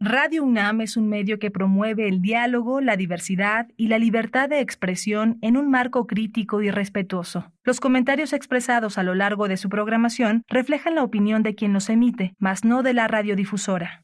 Radio UNAM es un medio que promueve el diálogo, la diversidad y la libertad de expresión en un marco crítico y respetuoso. Los comentarios expresados a lo largo de su programación reflejan la opinión de quien los emite, mas no de la radiodifusora.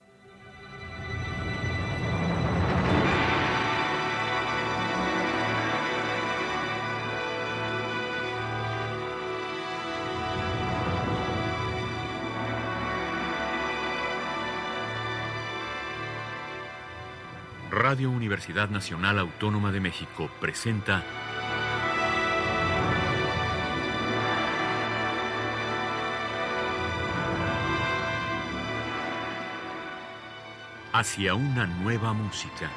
Radio Universidad Nacional Autónoma de México presenta Hacia una nueva música.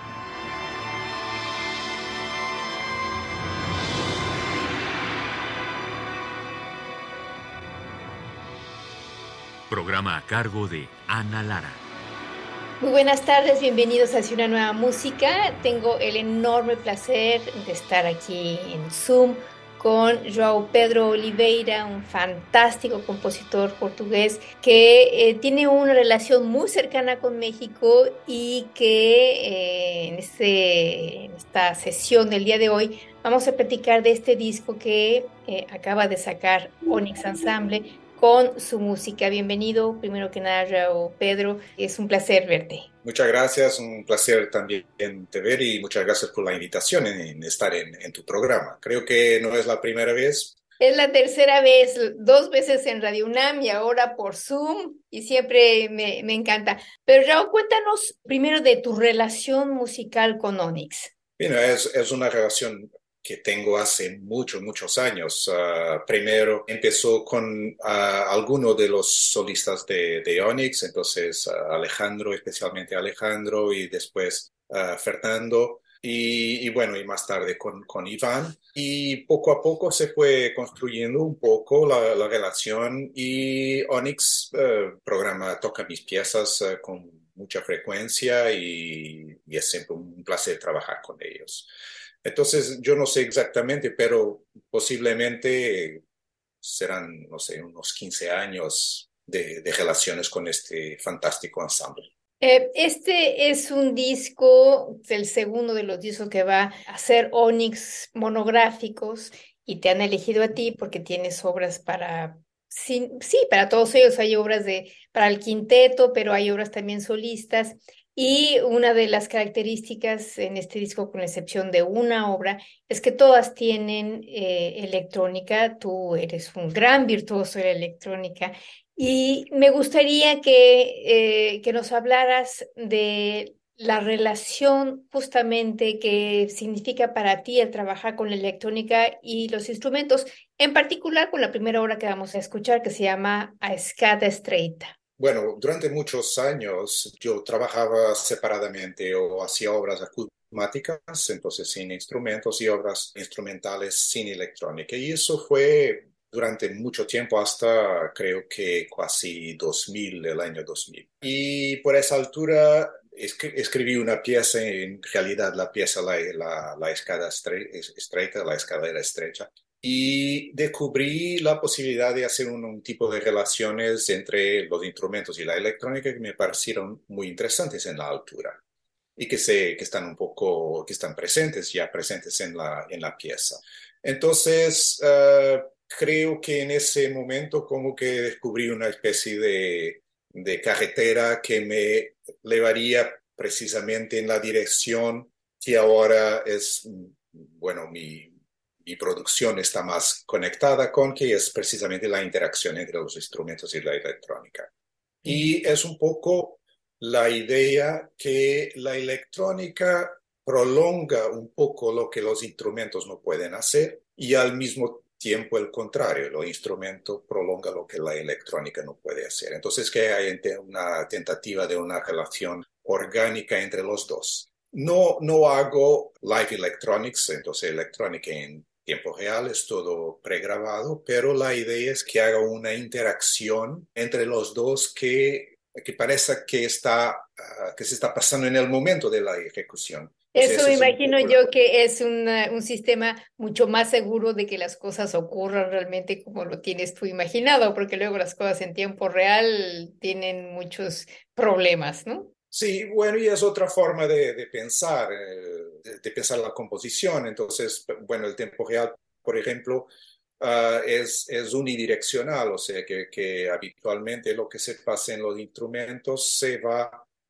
Programa a cargo de Ana Lara. Muy buenas tardes, bienvenidos a una nueva música. Tengo el enorme placer de estar aquí en Zoom con João Pedro Oliveira, un fantástico compositor portugués que tiene una relación muy cercana con México y que en esta sesión del día de hoy vamos a platicar de este disco que acaba de sacar Onyx Ensemble con su música. Bienvenido, primero que nada, João Pedro. Es un placer verte. Muchas gracias, un placer también te ver y muchas gracias por la invitación en estar en tu programa. Creo que no es la primera vez. Es la tercera vez, 2 veces en Radio UNAM y ahora por Zoom, y siempre me encanta. Pero Raúl, cuéntanos primero de tu relación musical con Onyx. Bueno, es una relación que tengo hace muchos años. Primero empezó con algunos de los solistas de Onyx, entonces Alejandro, especialmente Alejandro, y después Fernando, y bueno, y más tarde con Iván. Y poco a poco se fue construyendo un poco la relación y Onyx toca mis piezas con mucha frecuencia y es siempre un placer trabajar con ellos. Entonces, yo no sé exactamente, pero posiblemente serán, no sé, unos 15 años de relaciones con este fantástico ensamble. Este es un disco, el segundo de los discos que va a hacer Onyx monográficos, y te han elegido a ti porque tienes obras para, sí, para todos ellos. Hay obras para el quinteto, pero hay obras también solistas. Y una de las características en este disco, con la excepción de una obra, es que todas tienen electrónica. Tú eres un gran virtuoso de la electrónica. Y me gustaría que nos hablaras de la relación justamente que significa para ti el trabajar con la electrónica y los instrumentos, en particular con la primera obra que vamos a escuchar, que se llama A Escada Estreita. Bueno, durante muchos años yo trabajaba separadamente o hacía obras acústicas, entonces sin instrumentos, y obras instrumentales sin electrónica. Y eso fue durante mucho tiempo, hasta creo que casi 2000, el año 2000. Y por esa altura escribí una pieza, en realidad la pieza, la escala estreita, la escalera estrecha. Y descubrí la posibilidad de hacer un tipo de relaciones entre los instrumentos y la electrónica que me parecieron muy interesantes en la altura y que están presentes, ya presentes en la pieza. Entonces, creo que en ese momento como que descubrí una especie de carretera que me llevaría precisamente en la dirección que ahora es, bueno, mi producción está más conectada con, que es precisamente la interacción entre los instrumentos y la electrónica. Y es un poco la idea que la electrónica prolonga un poco lo que los instrumentos no pueden hacer, y al mismo tiempo el contrario, los instrumentos prolonga lo que la electrónica no puede hacer. Entonces, que hay una tentativa de una relación orgánica entre los dos. No hago live electronics, entonces electrónica en tiempo real, es todo pregrabado, pero la idea es que haga una interacción entre los dos que parece que se está pasando en el momento de la ejecución. Eso me imagino yo que es un sistema mucho más seguro de que las cosas ocurran realmente como lo tienes tú imaginado, porque luego las cosas en tiempo real tienen muchos problemas, ¿no? Sí, bueno, y es otra forma de pensar, de pensar la composición. Entonces, bueno, el tiempo real, por ejemplo, es unidireccional, o sea que habitualmente lo que se pasa en los instrumentos se va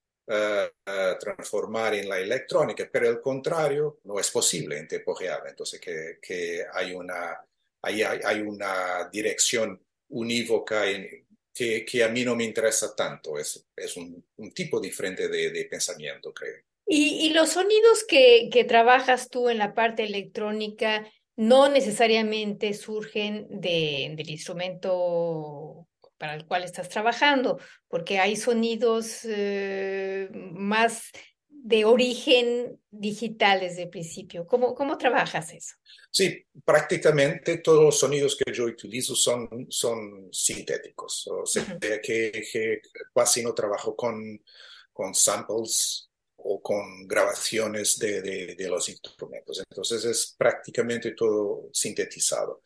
a transformar en la electrónica, pero el contrario no es posible en tiempo real. Entonces, que hay una dirección unívoca que a mí no me interesa tanto. Es un tipo diferente de pensamiento, creo. Y los sonidos que trabajas tú en la parte electrónica no necesariamente surgen del instrumento para el cual estás trabajando, porque hay sonidos más de origen digital desde el principio. ¿Cómo trabajas eso? Sí, prácticamente todos los sonidos que yo utilizo son sintéticos, o sea Ujú. que casi no trabajo con samples o con grabaciones de los instrumentos. Entonces es prácticamente todo sintetizado.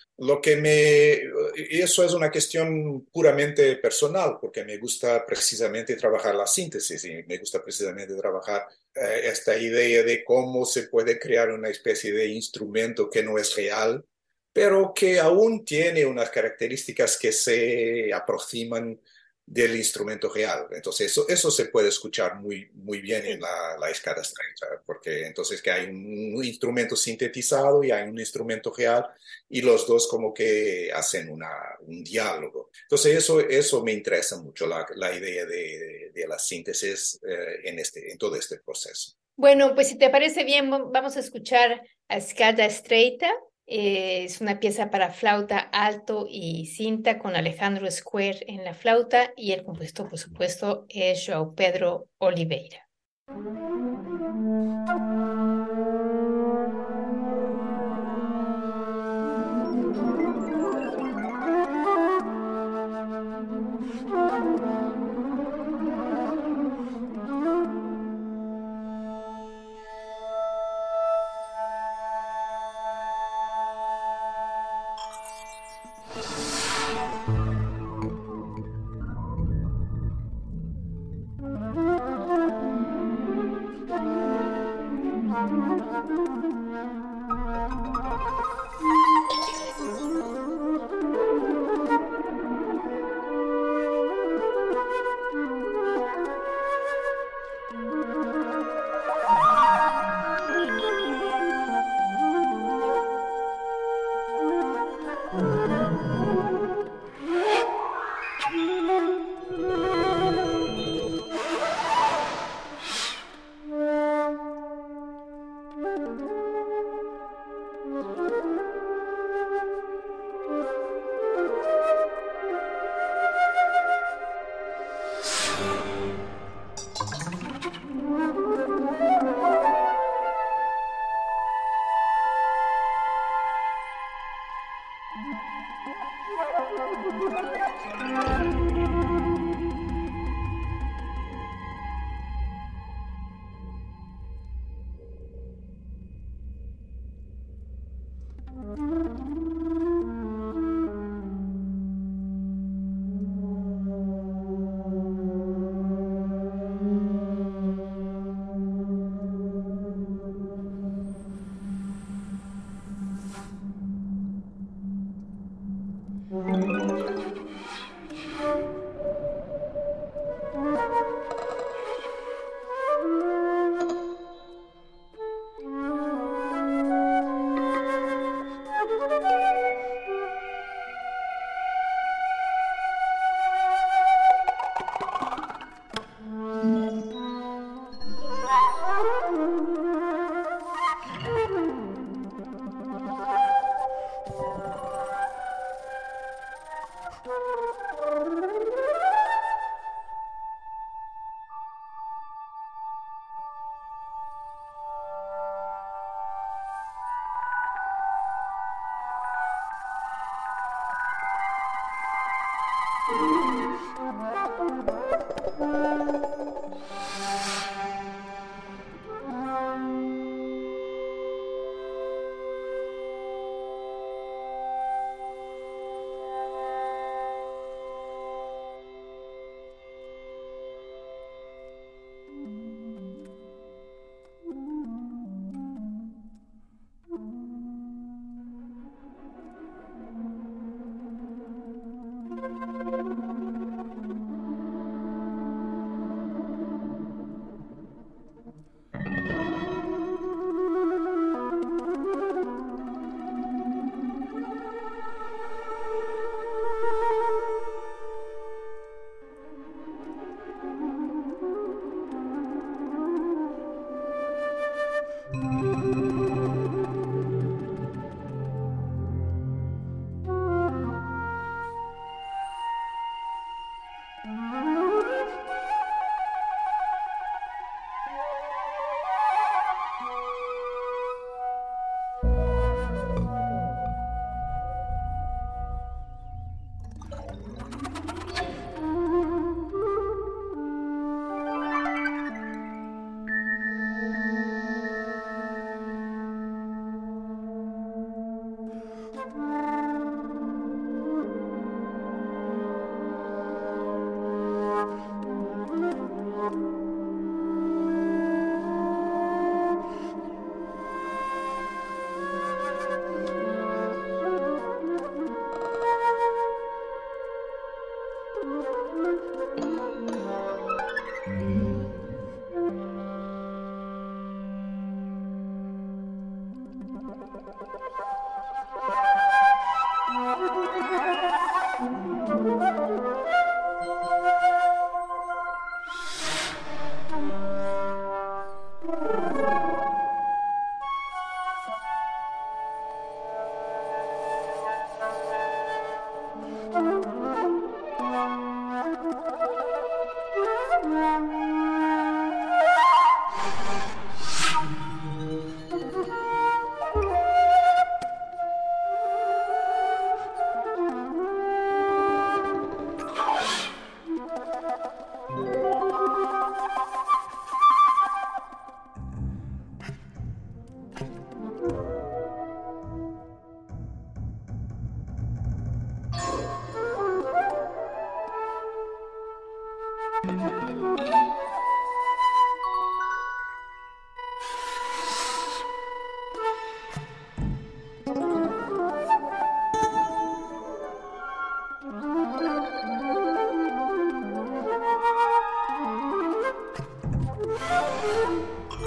Y eso es una cuestión puramente personal, porque me gusta precisamente trabajar la síntesis y me gusta precisamente trabajar esta idea de cómo se puede crear una especie de instrumento que no es real, pero que aún tiene unas características que se aproximan del instrumento real. Entonces, eso se puede escuchar muy bien en Sí. la escala estrecha, porque entonces que hay un instrumento sintetizado y hay un instrumento real y los dos como que hacen un diálogo. Entonces, eso me interesa mucho, la idea de la síntesis en todo este proceso. Bueno, pues si te parece bien, vamos a escuchar a Scala Estreita. Es una pieza para flauta alto y cinta con Alejandro Square en la flauta y el compositor, por supuesto, es João Pedro Oliveira.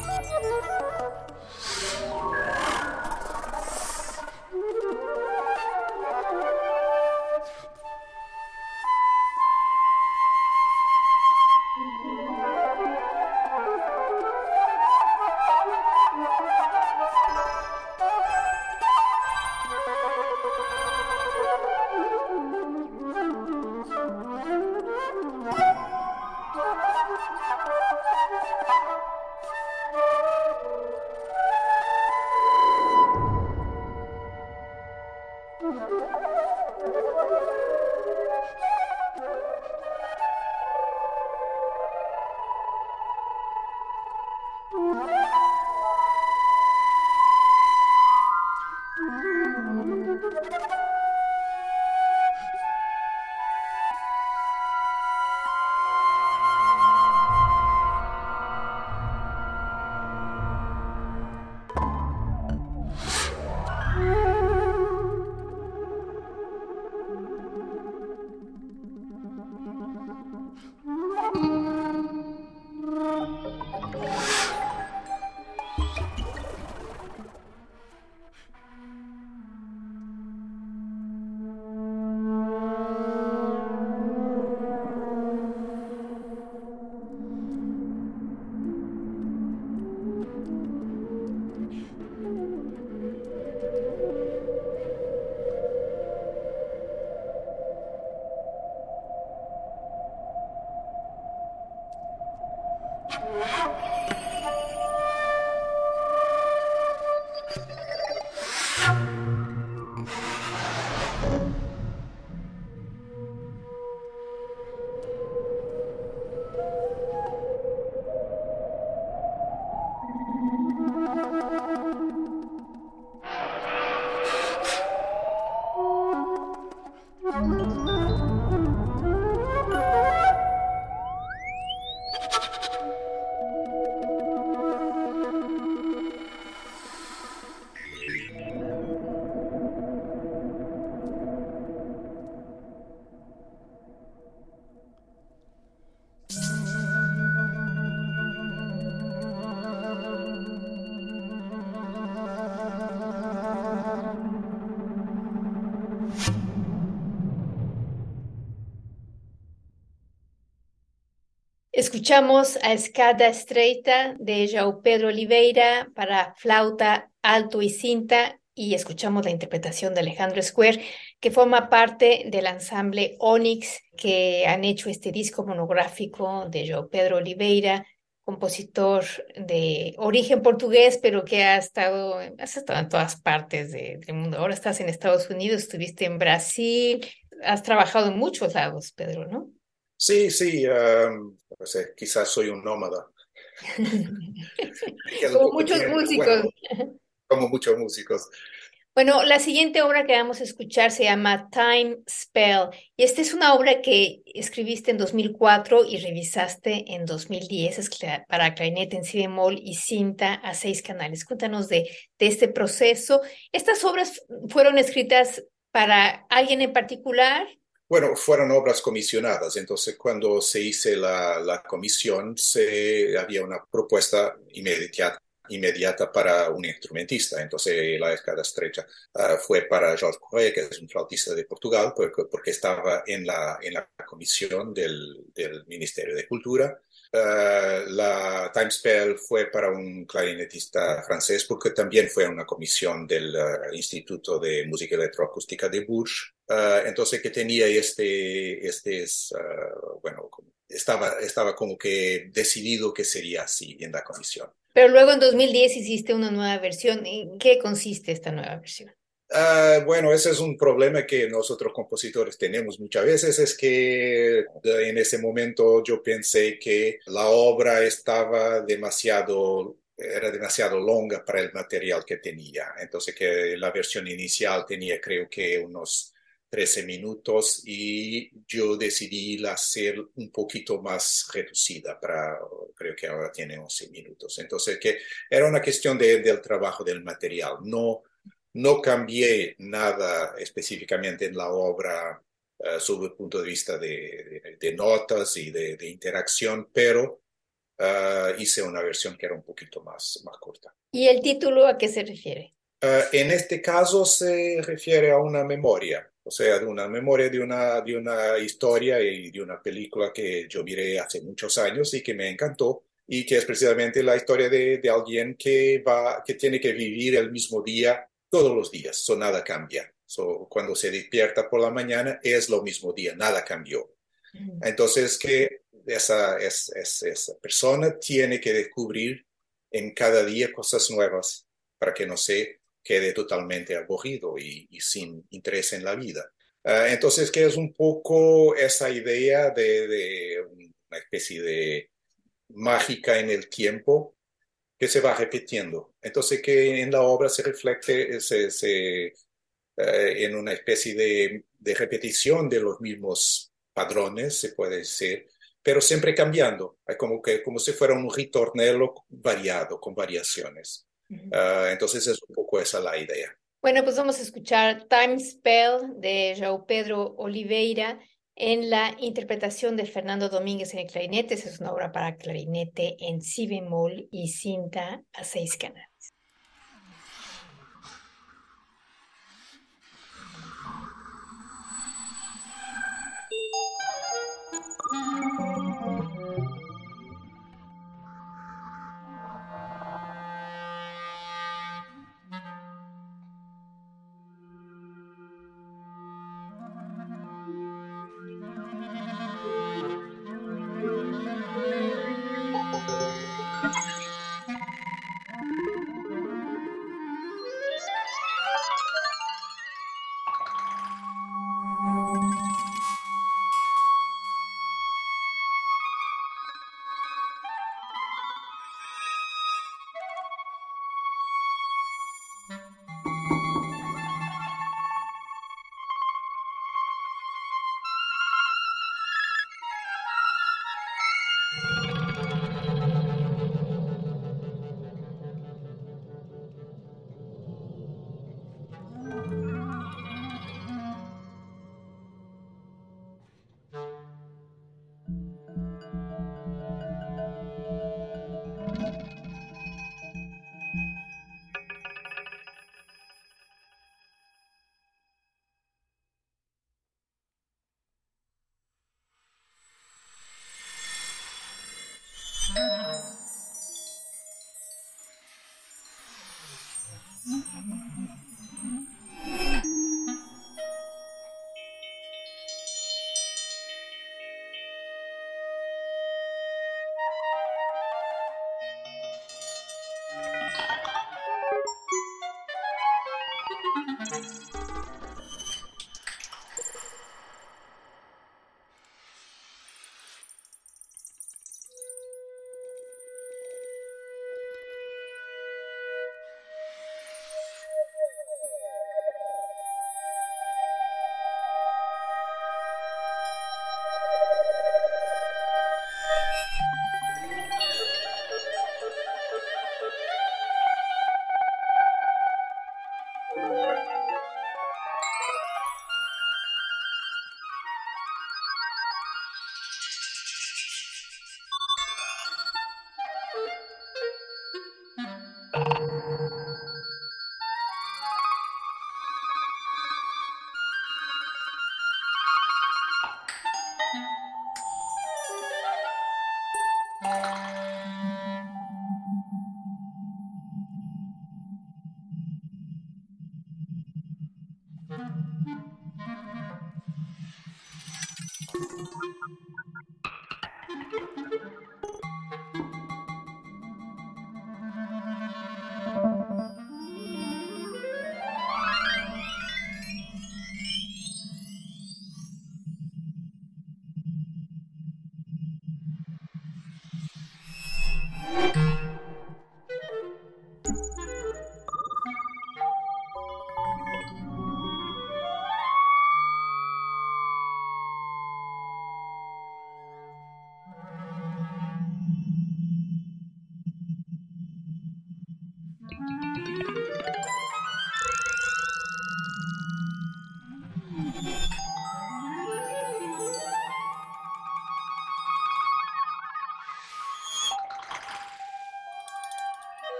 Escuchamos a Escada Estreita de João Pedro Oliveira para flauta, alto y cinta, y escuchamos la interpretación de Alejandro Square, que forma parte del ensamble Onyx, que han hecho este disco monográfico de João Pedro Oliveira, compositor de origen portugués, pero que has estado en todas partes del mundo. Ahora estás en Estados Unidos, estuviste en Brasil, has trabajado en muchos lados, Pedro, ¿no? Sí, sí, no sé, quizás soy un nómada. Me queda un Como poco muchos tiempo, músicos. bueno, como muchos músicos. Bueno, la siguiente obra que vamos a escuchar se llama Time Spell y esta es una obra que escribiste en 2004 y revisaste en 2010 para clarinete en si bemol y cinta a 6 canales. Cuéntanos de este proceso. ¿Estas obras fueron escritas para alguien en particular? Bueno, fueron obras comisionadas, entonces cuando se hizo la comisión había una propuesta inmediata para un instrumentista, entonces la escala estrecha fue para Jorge Correia, que es un flautista de Portugal, porque estaba en la comisión del Ministerio de Cultura. La Time Spell fue para un clarinetista francés porque también fue una comisión del Instituto de Música Electroacústica de Bourges. Entonces que tenía bueno, estaba como que decidido que sería así en la comisión. Pero luego en 2010 hiciste una nueva versión. ¿En qué consiste esta nueva versión? Bueno, ese es un problema que nosotros compositores tenemos muchas veces, es que en ese momento yo pensé que la obra era demasiado longa para el material que tenía. Entonces que la versión inicial tenía creo que unos 13 minutos y yo decidí hacer un poquito más reducida creo que ahora tiene 11 minutos. Entonces que era una cuestión del trabajo del material, no cambié nada específicamente en la obra sobre el punto de vista de notas y de interacción, pero hice una versión que era un poquito más corta. ¿Y el título a qué se refiere? En este caso se refiere a una memoria, o sea, de una memoria de una historia y de una película que yo miré hace muchos años y que me encantó, y que es precisamente la historia de alguien que tiene que vivir el mismo día todos los días, nada cambia. Cuando se despierta por la mañana es lo mismo día, nada cambió. Entonces, que esa persona tiene que descubrir en cada día cosas nuevas para que no se quede totalmente aburrido y sin interés en la vida. Entonces, que es un poco esa idea de una especie de mágica en el tiempo que se va repitiendo. Entonces, que en la obra se refleje en una especie de repetición de los mismos padrones, se puede decir, pero siempre cambiando, como si fuera un ritornello variado, con variaciones. Entonces es un poco esa la idea. Bueno, pues vamos a escuchar Time Spell de João Pedro Oliveira en la interpretación de Fernando Domínguez en el clarinete. Esa es una obra para clarinete en si bemol y cinta a 6 canales.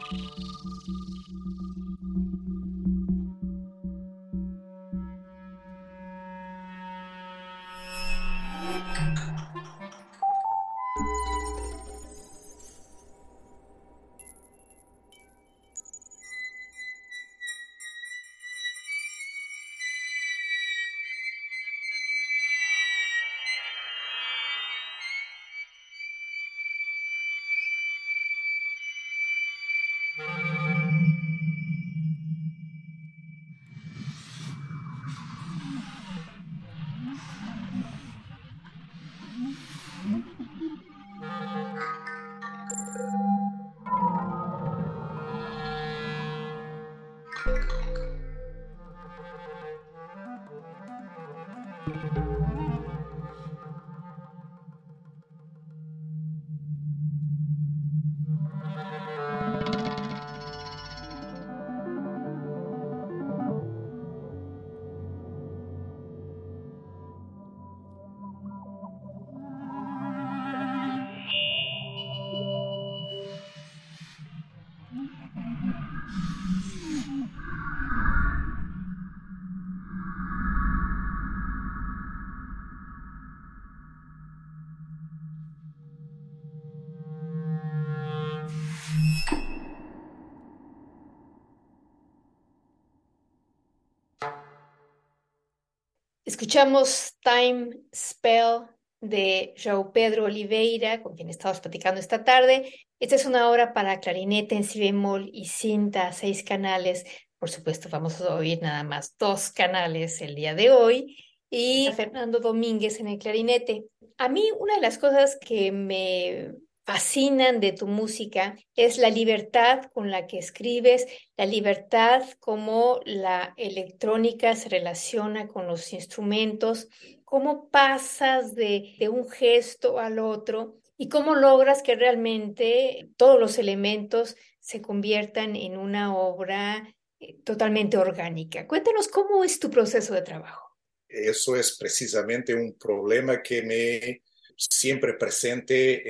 Escuchamos Time Spell de João Pedro Oliveira, con quien estamos platicando esta tarde. Esta es una obra para clarinete en si bemol y cinta, 6 canales. Por supuesto, vamos a oír nada más 2 canales el día de hoy. Y Fernando Domínguez en el clarinete. A mí una de las cosas que me fascinan de tu música es la libertad con la que escribes, la libertad como la electrónica se relaciona con los instrumentos, cómo pasas de un gesto al otro y cómo logras que realmente todos los elementos se conviertan en una obra totalmente orgánica. Cuéntanos cómo es tu proceso de trabajo. Eso es precisamente un problema que me siempre presente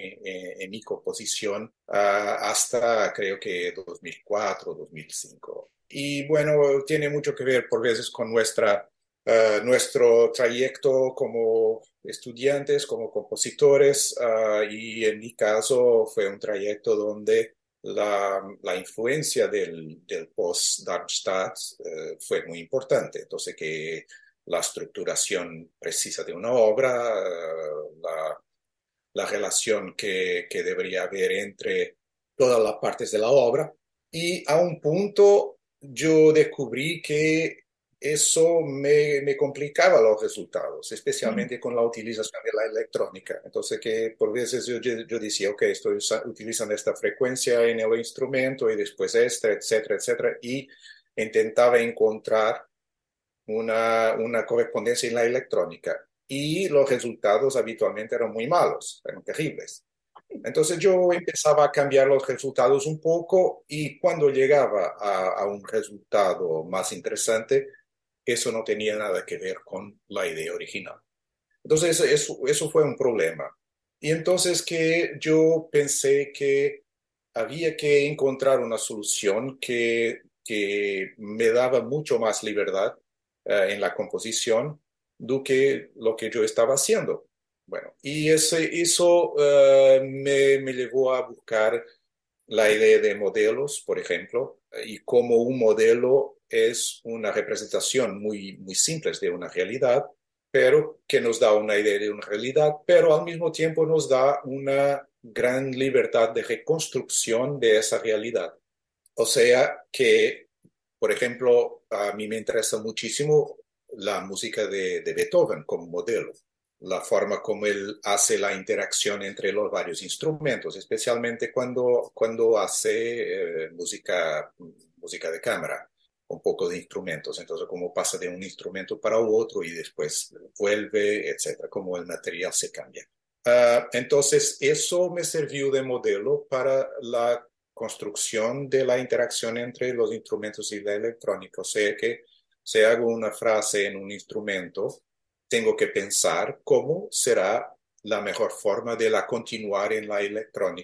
en mi composición hasta creo que 2004, 2005. Y bueno, tiene mucho que ver por veces con nuestro trayecto como estudiantes, como compositores, y en mi caso fue un trayecto donde la influencia del post-Darmstadt fue muy importante. Entonces, que la estructuración precisa de una obra, la relación que debería haber entre todas las partes de la obra. Y a un punto yo descubrí que eso me complicaba los resultados, especialmente con la utilización de la electrónica. Entonces, que por veces yo decía, ok, estoy utilizando esta frecuencia en el instrumento y después esta, etcétera, etcétera, y intentaba encontrar una correspondencia en la electrónica. Y los resultados habitualmente eran muy malos, eran terribles. Entonces yo empezaba a cambiar los resultados un poco y cuando llegaba a un resultado más interesante, eso no tenía nada que ver con la idea original. Entonces eso fue un problema. Y entonces que yo pensé que había que encontrar una solución que me daba mucho más libertad en la composición do que lo que yo estaba haciendo. Bueno, y eso me llevó a buscar la idea de modelos, por ejemplo, y como un modelo es una representación muy simple de una realidad, pero que nos da una idea de una realidad, pero al mismo tiempo nos da una gran libertad de reconstrucción de esa realidad. O sea que, por ejemplo, a mí me interesa muchísimo la música de Beethoven como modelo, la forma como él hace la interacción entre los varios instrumentos, especialmente cuando hace música de cámara, un poco de instrumentos. Entonces, cómo pasa de un instrumento para otro y después vuelve, etcétera, cómo el material se cambia. Entonces, eso me sirvió de modelo para la construcción de la interacción entre los instrumentos y la electrónica. O sea que si hago una frase en un instrumento, tengo que pensar cómo será la mejor forma de la continuar en la electrónica.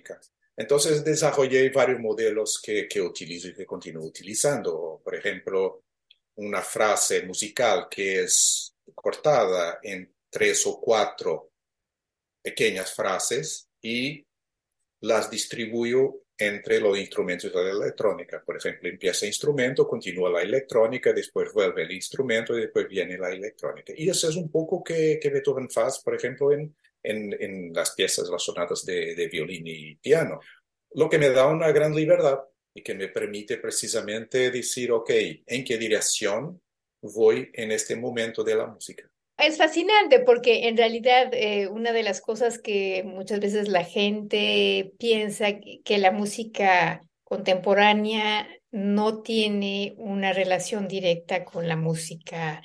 Entonces desarrollé varios modelos que utilizo y que continúo utilizando. Por ejemplo, una frase musical que es cortada en tres o cuatro pequeñas frases y las distribuyo entre los instrumentos de la electrónica. Por ejemplo, empieza el instrumento, continúa la electrónica, después vuelve el instrumento y después viene la electrónica. Y eso es un poco que Beethoven hace, por ejemplo, en las piezas, las sonatas de violín y piano, lo que me da una gran libertad y que me permite precisamente decir, ok, ¿en qué dirección voy en este momento de la música? Es fascinante porque en realidad una de las cosas que muchas veces la gente piensa que la música contemporánea no tiene una relación directa con la música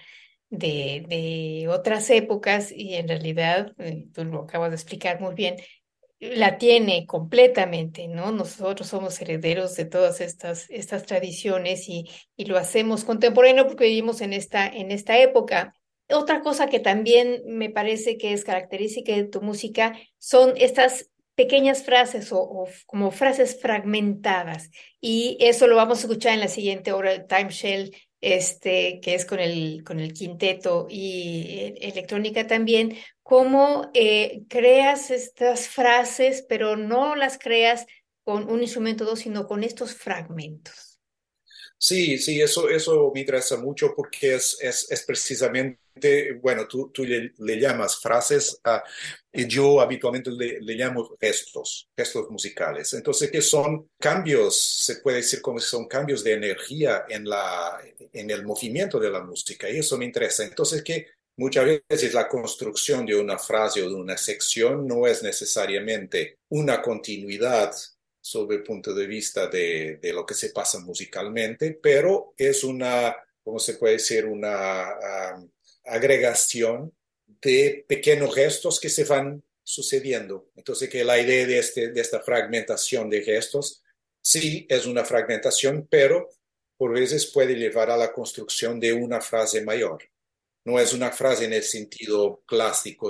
de otras épocas y en realidad, tú lo acabas de explicar muy bien, la tiene completamente, ¿no? Nosotros somos herederos de todas estas tradiciones y lo hacemos contemporáneo porque vivimos en esta época. Otra cosa que también me parece que es característica de tu música son estas pequeñas frases o como frases fragmentadas. Y eso lo vamos a escuchar en la siguiente obra de Time Shell, que es con el quinteto y electrónica también. Cómo creas estas frases, pero no las creas con un instrumento dos, sino con estos fragmentos. Sí, sí, eso me interesa mucho porque es precisamente, bueno, tú le llamas frases, y yo habitualmente le llamo gestos musicales. Entonces, que son cambios, se puede decir como si son cambios de energía en el movimiento de la música, y eso me interesa. Entonces, que muchas veces la construcción de una frase o de una sección no es necesariamente una continuidad sobre el punto de vista de lo que se pasa musicalmente, pero es una, ¿cómo se puede decir? Una agregación de pequeños gestos que se van sucediendo. Entonces, que la idea de esta fragmentación de gestos, sí, es una fragmentación, pero por veces puede llevar a la construcción de una frase mayor. No es una frase en el sentido clásico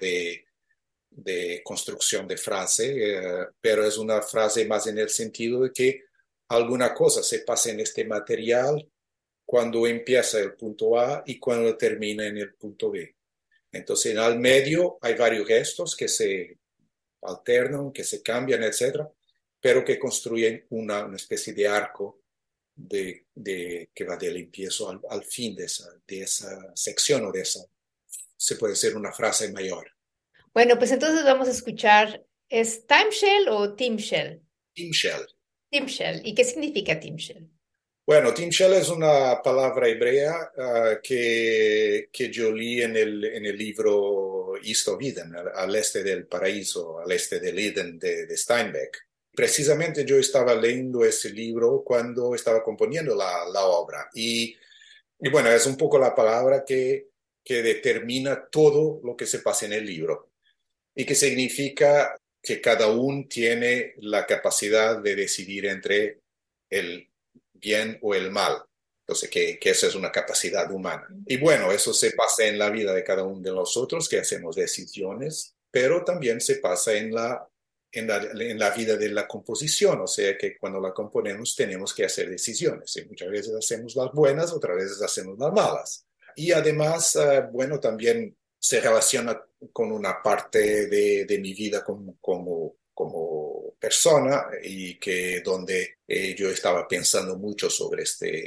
de construcción de frase, pero es una frase más en el sentido de que alguna cosa se pasa en este material cuando empieza el punto A y cuando termina en el punto B. Entonces, en el medio hay varios gestos que se alternan, que se cambian, etcétera, pero que construyen una especie de arco que va del empiezo al fin de esa sección o de esa, se puede ser una frase mayor. Bueno, pues entonces vamos a escuchar, ¿es Time Shell o Team Shell? Tim Shell. Team Shell. ¿Y qué significa Team Shell? Bueno, Tim Shell es una palabra hebrea que yo leí en el libro East of Eden, al este del paraíso, al este del Eden de Steinbeck. Precisamente yo estaba leyendo ese libro cuando estaba componiendo la obra. Y bueno, es un poco la palabra que determina todo lo que se pasa en el libro y que significa que cada uno tiene la capacidad de decidir entre el bien o el mal. Entonces, que esa es una capacidad humana. Y bueno, eso se pasa en la vida de cada uno de nosotros, que hacemos decisiones, pero también se pasa en la vida de la composición, o sea que cuando la componemos tenemos que hacer decisiones. Y muchas veces hacemos las buenas, otras veces hacemos las malas. Y además, bueno, también se relaciona con una parte de mi vida como persona y que donde yo estaba pensando mucho sobre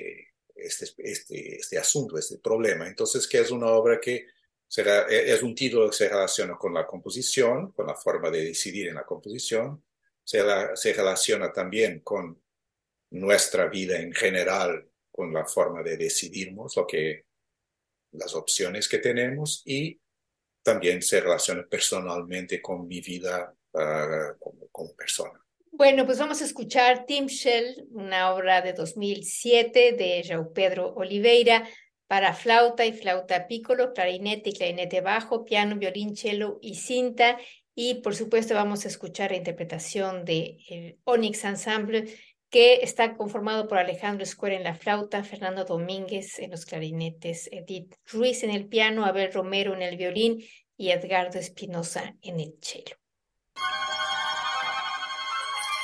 este asunto, este problema. Entonces, que es una obra que es un título que se relaciona con la composición, con la forma de decidir en la composición, se relaciona también con nuestra vida en general, con la forma de decidirnos, las opciones que tenemos y también se relaciona personalmente con mi vida como persona. Bueno, pues vamos a escuchar Team Shell, una obra de 2007 de João Pedro Oliveira para flauta y flauta piccolo, clarinete y clarinete bajo, piano, violín, cello y cinta. Y por supuesto vamos a escuchar la interpretación de el Onyx Ensemble, que está conformado por Alejandro Square en la flauta, Fernando Domínguez en los clarinetes, Edith Ruiz en el piano, Abel Romero en el violín y Edgardo Espinosa en el cello.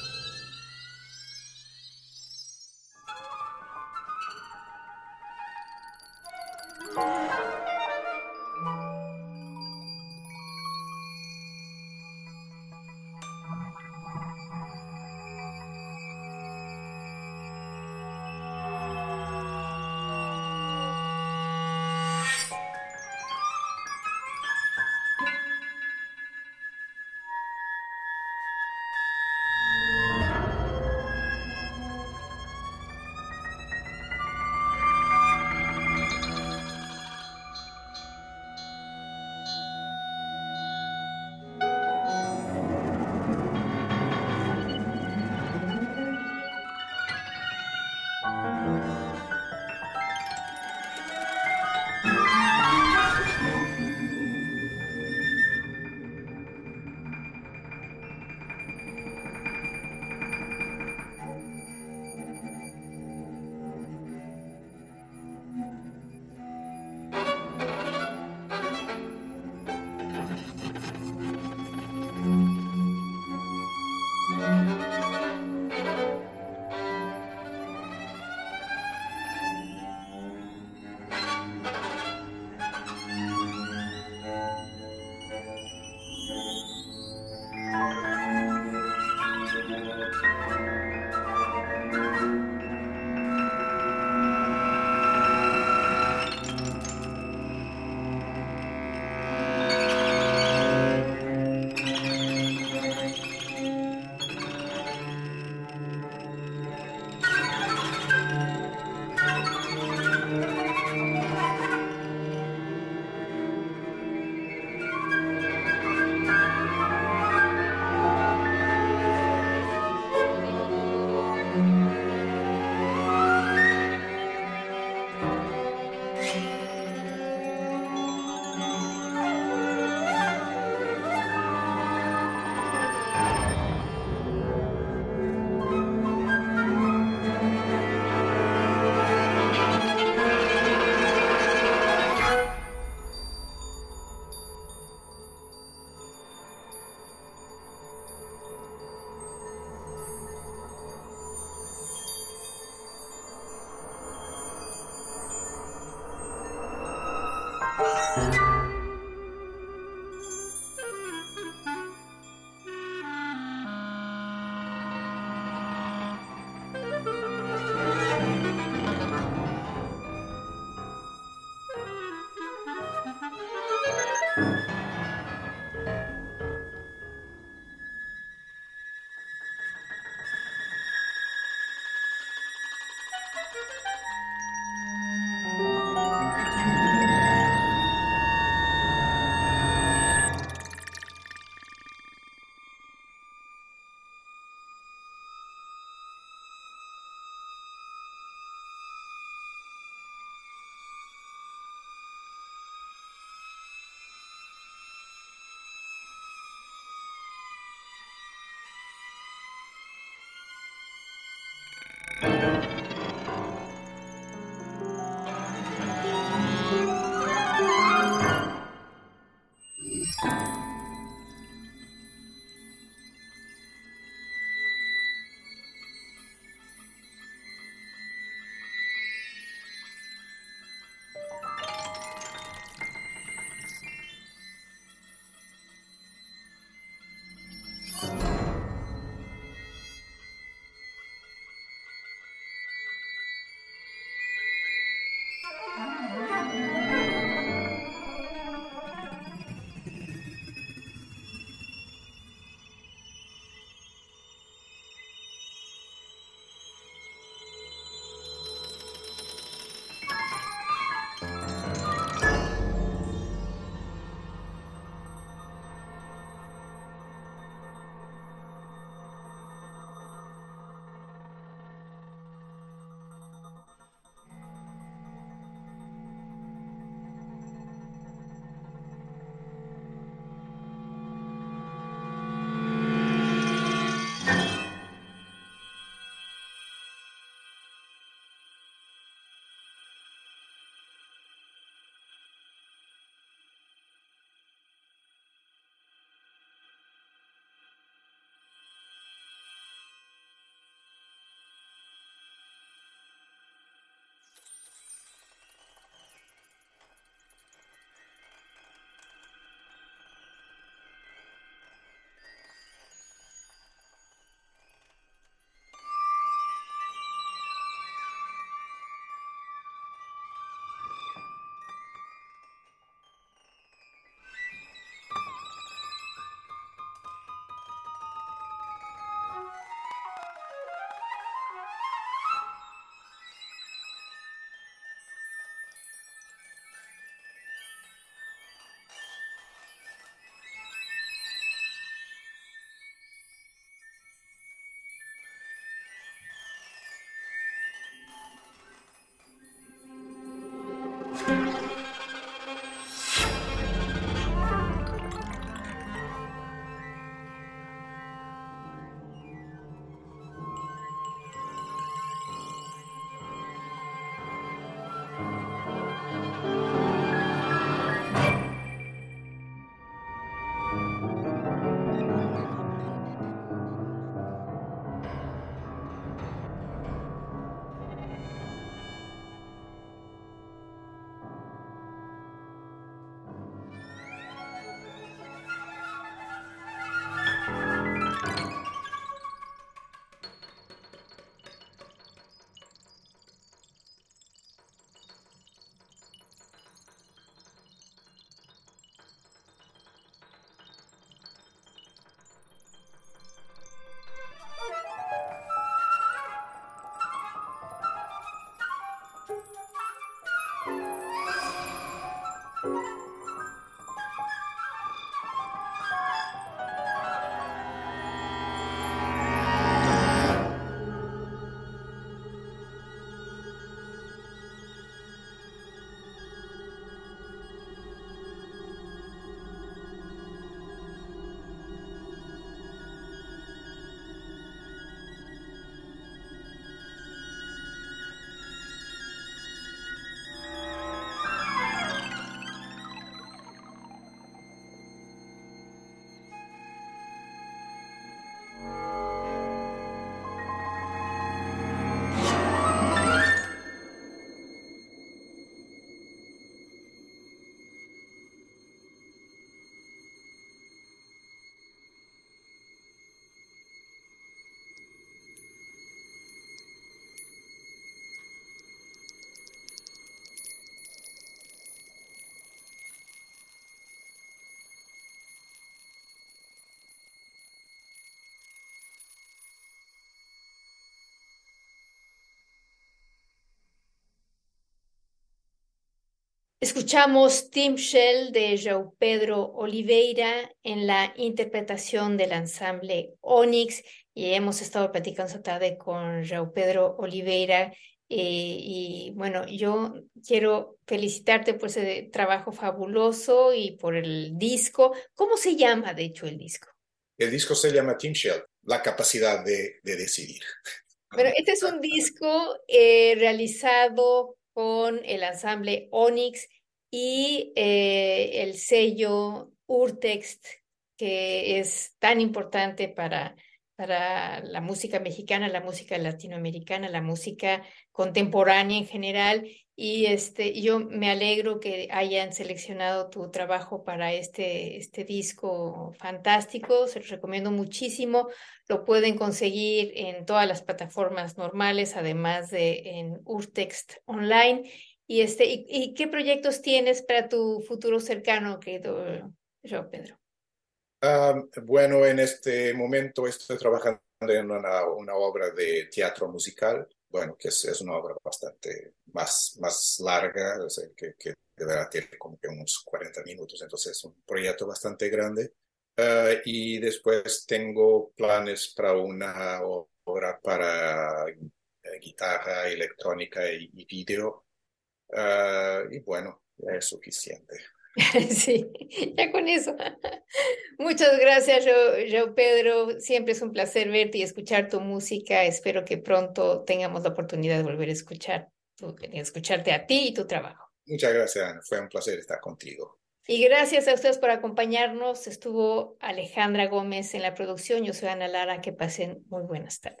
Escuchamos Team Shell de João Pedro Oliveira en la interpretación del ensamble Onyx y hemos estado platicando esta tarde con João Pedro Oliveira y bueno, yo quiero felicitarte por ese trabajo fabuloso y por el disco. ¿Cómo se llama, de hecho, el disco? El disco se llama Team Shell, la capacidad de decidir. Bueno, este es un disco realizado con el ensamble Onyx y el sello Urtext, que es tan importante para la música mexicana, la música latinoamericana, la música contemporánea en general. Y yo me alegro que hayan seleccionado tu trabajo para este disco fantástico. Se los recomiendo muchísimo. Lo pueden conseguir en todas las plataformas normales, además de en Urtext Online. ¿Y qué proyectos tienes para tu futuro cercano, querido yo, Pedro? Bueno, en este momento estoy trabajando en una obra de teatro musical, bueno, que es una obra bastante más larga, o sea, que deberá tener como que unos 40 minutos, entonces es un proyecto bastante grande. Y después tengo planes para una obra para guitarra electrónica y vídeo. Y bueno, ya es suficiente. Sí, ya con eso. Muchas gracias, yo, Pedro. Siempre es un placer verte y escuchar tu música. Espero que pronto tengamos la oportunidad de volver a escucharte a ti y tu trabajo. Muchas gracias, Ana. Fue un placer estar contigo. Y gracias a ustedes por acompañarnos. Estuvo Alejandra Gómez en la producción. Yo soy Ana Lara. Que pasen muy buenas tardes.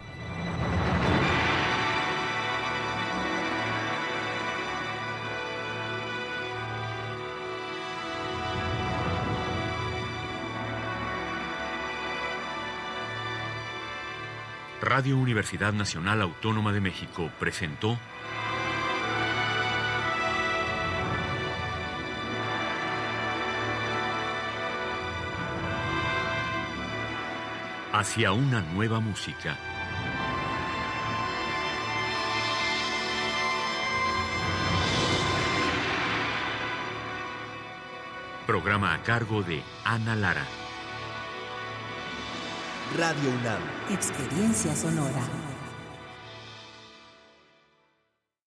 Radio Universidad Nacional Autónoma de México presentó Hacia una nueva música. Programa a cargo de Ana Lara. Radio UNAM. Experiencia sonora.